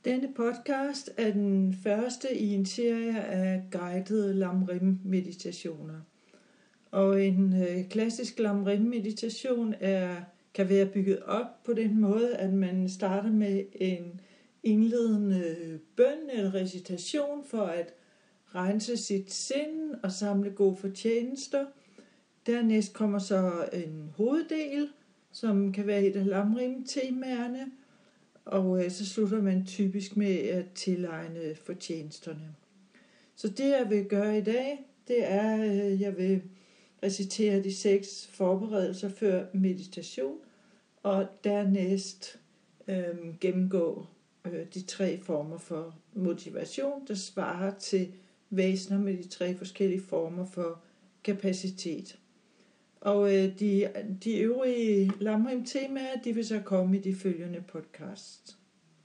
Denne podcast er den første i en serie af guidede Lam-Rim-meditationer. Og en klassisk Lam-Rim-meditation kan være bygget op på den måde, at man starter med en indledende bøn eller recitation for at rense sit sind og samle gode fortjenester. Dernæst kommer så en hoveddel, som kan være et af Lam-Rim-temaerne, og så slutter man typisk med at tilegne fortjenesterne. Så det jeg vil gøre i dag, det er, at jeg vil recitere de 6 forberedelser før meditation, og dernæst gennemgå de 3 former for motivation, der svarer til væsener med de 3 forskellige former for kapacitet. Og de øvrige Lam-Rim-temaer, de vil så komme i de følgende podcasts.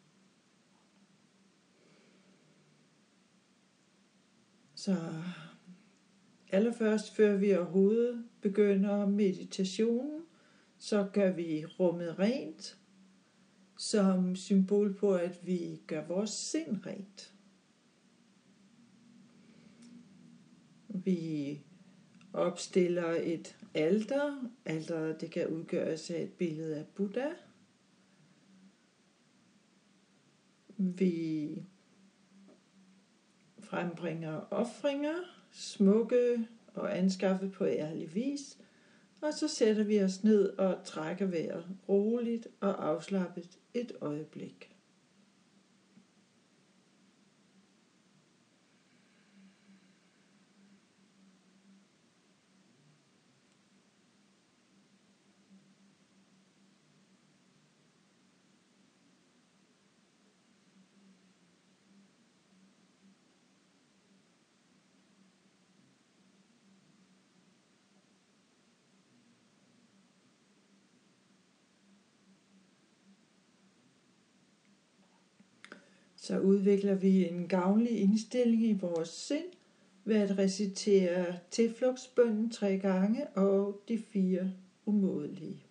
Så allerførst, før vi overhovedet begynder meditationen, så gør vi rummet rent, som symbol på, at vi gør vores sind rent. Vi opstiller et alter. Alteret, det kan udgøres af et billede af Buddha. Vi frembringer ofringer, smukke og anskaffet på ærlig vis, og så sætter vi os ned og trækker vejret roligt og afslappet et øjeblik. Så udvikler vi en gavnlig indstilling i vores sind ved at recitere tilflugtsbønnen 3 gange og de 4 umådelige.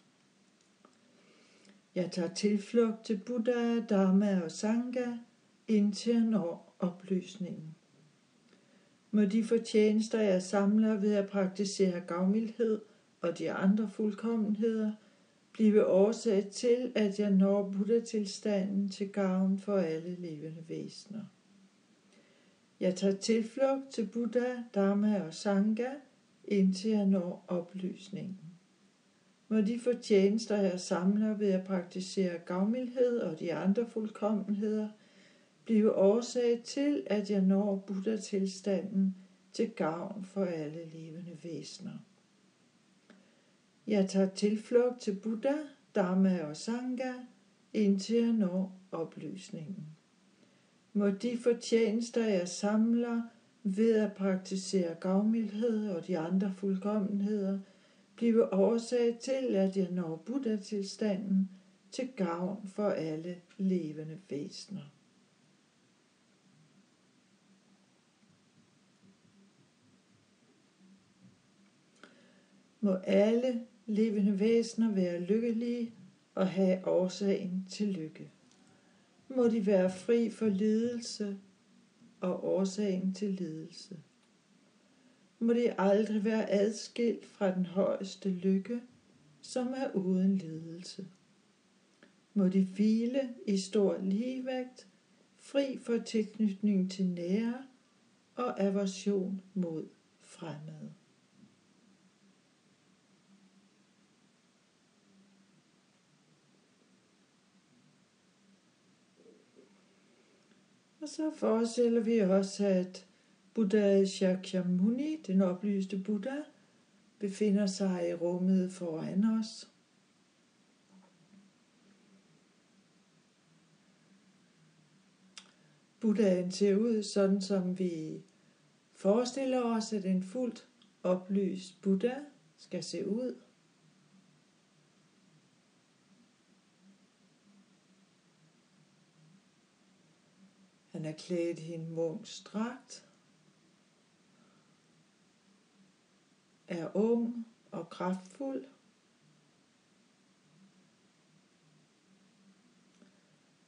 Jeg tager tilflugt til Buddha, Dharma og Sangha, indtil jeg når opløsningen. Må de fortjenester, jeg samler ved at praktisere gavmildhed og de andre fuldkommenheder, blive årsag til, at jeg når Buddha-tilstanden til gavn for alle levende væsener. Jeg tager tilflugt til Buddha, Dharma og Sangha, indtil jeg når opløsningen. Må de fortjenester, jeg samler ved at praktisere gavmildhed og de andre fuldkommenheder, blive årsag til, at jeg når Buddha-tilstanden til gavn for alle levende væsener. Jeg tager tilflugt til Buddha, Dharma og Sangha, indtil jeg når opløsningen. Må de fortjenester, jeg samler ved at praktisere gavmildhed og de andre fuldkommenheder, blive årsag til, at jeg når Buddha-tilstanden til gavn for alle levende væsener. Må alle levende væsener være lykkelige og have årsagen til lykke. Må de være fri for lidelse og årsagen til lidelse. Må de aldrig være adskilt fra den højeste lykke, som er uden lidelse. Må de hvile i stor ligevægt, fri for tilknytning til nære og aversion mod fremmede. Og så forestiller vi os, at Buddha Shakyamuni, den oplyste Buddha, befinder sig i rummet foran os. Buddhaen ser ud sådan, som vi forestiller os, at en fuldt oplyst Buddha skal se ud. Han er klædt i en munks dragt, er ung og kraftfuld.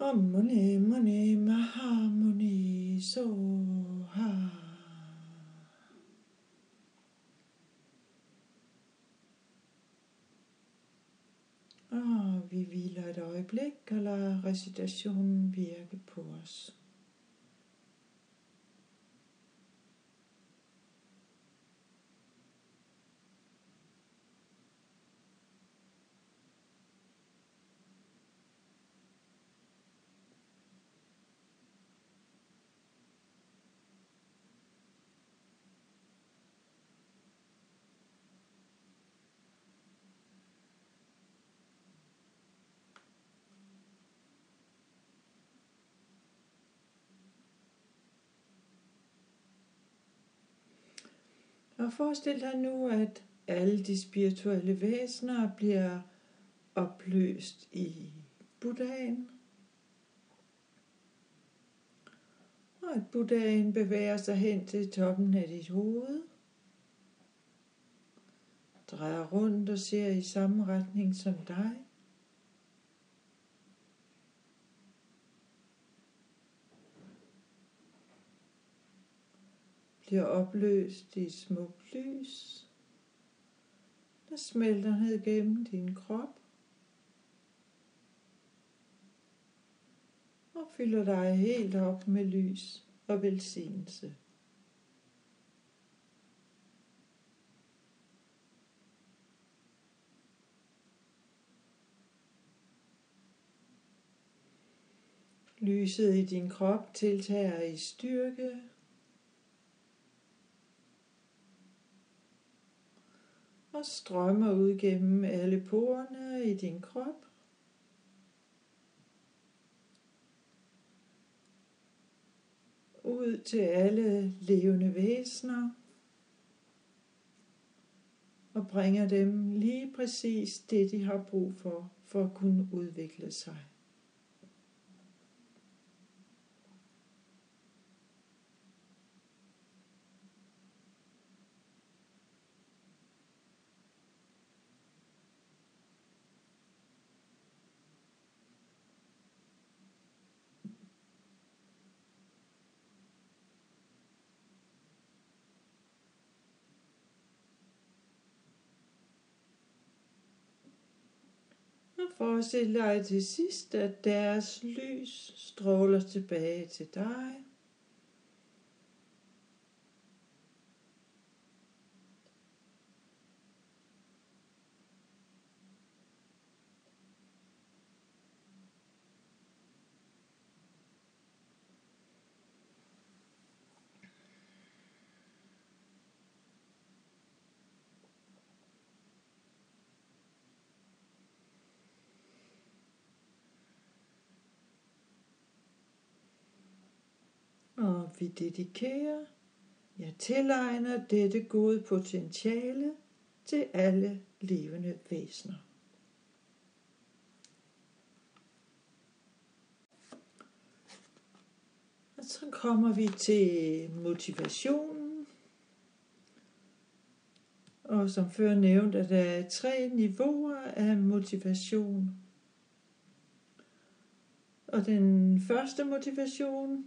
Om muni muni maha muni soha. Og vi hviler et øjeblik og lader recitationen virke på os. Og forestil dig nu, at alle de spirituelle væsener bliver opløst i Buddhaen. Og at Buddhaen bevæger sig hen til toppen af dit hoved. Drejer rundt og ser i samme retning som dig. Bliver opløst i et smukt lys, der smelter ned gennem din krop og fylder dig helt op med lys og velsignelse. Lyset i din krop tiltager i styrke og strømmer ud gennem alle porerne i din krop. Ud til alle levende væsener og bringer dem lige præcis det, de har brug for at kunne udvikle sig. Og forestil dig til sidst, at deres lys stråler tilbage til dig. Og vi dedikerer, jeg tilegner dette gode potentiale til alle levende væsener. Og så kommer vi til motivationen. Og som før nævnt, at der er 3 niveauer af motivation. Og den første motivation,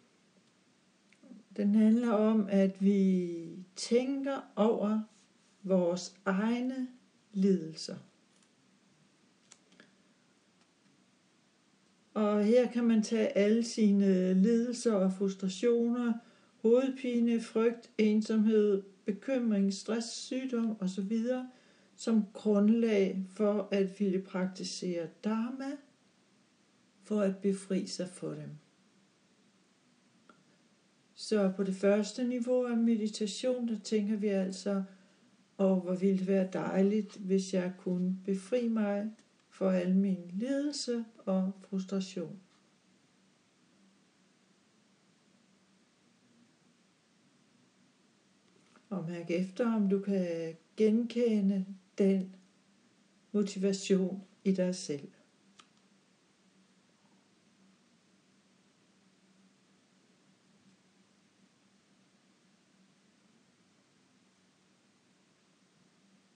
den handler om, at vi tænker over vores egne lidelser. Og her kan man tage alle sine lidelser og frustrationer, hovedpine, frygt, ensomhed, bekymring, stress, sygdom osv. som grundlag for at ville praktisere dharma, for at befri sig for dem. Så på det første niveau af meditation, der tænker vi altså, hvor ville det være dejligt, hvis jeg kunne befri mig for al min lidelse og frustration. Og mærk efter, om du kan genkende den motivation i dig selv.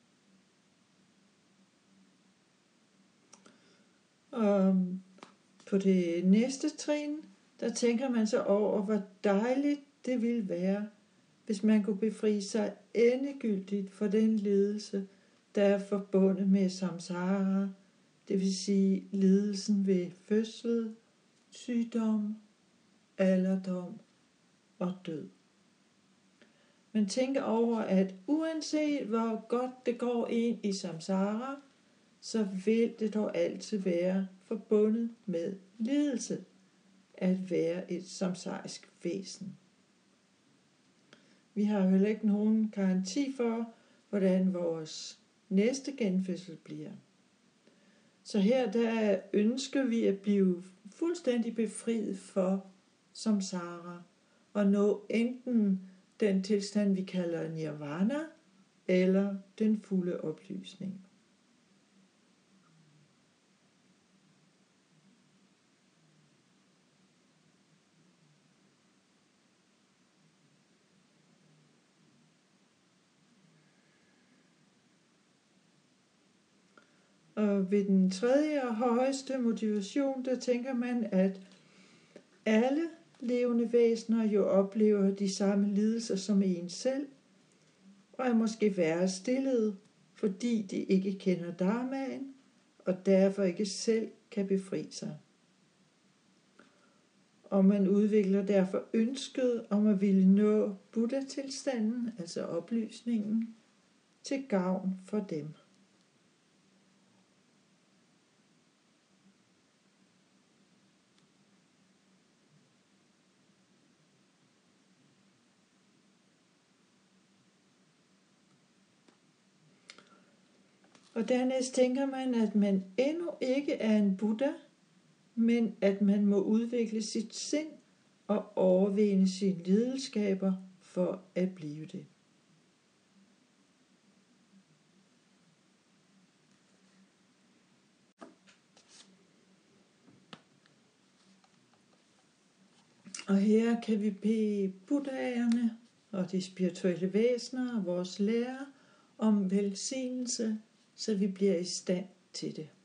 Og På det næste trin, der tænker man så over, hvor dejligt det ville være, hvis man kunne befri sig endegyldigt for den lidelse, der er forbundet med samsara, det vil sige lidelsen ved fødsel, sygdom, alderdom og død. Man tænker over, at uanset hvor godt det går ind i samsara, så vil det dog altid være forbundet med lidelse at være et samsarisk væsen. Vi har heller ikke nogen garanti for, hvordan vores næste genfødsel bliver. Så her der ønsker vi at blive fuldstændig befriet for samsara og nå enten den tilstand, vi kalder nirvana, eller den fulde oplysning. Og ved den tredje og højeste motivation, der tænker man, at alle levende væsener jo oplever de samme lidelser som en selv, og er måske værre stillet, fordi de ikke kender dharmaen, og derfor ikke selv kan befri sig. Og man udvikler derfor ønsket om at ville nå Buddha-tilstanden, altså oplysningen, til gavn for dem. Og dernæst tænker man, at man endnu ikke er en Buddha, men at man må udvikle sit sind og overvinde sine lidenskaber for at blive det. Og her kan vi bede buddhaerne og de spirituelle væsener og vores lærer om velsignelse, så vi bliver i stand til det.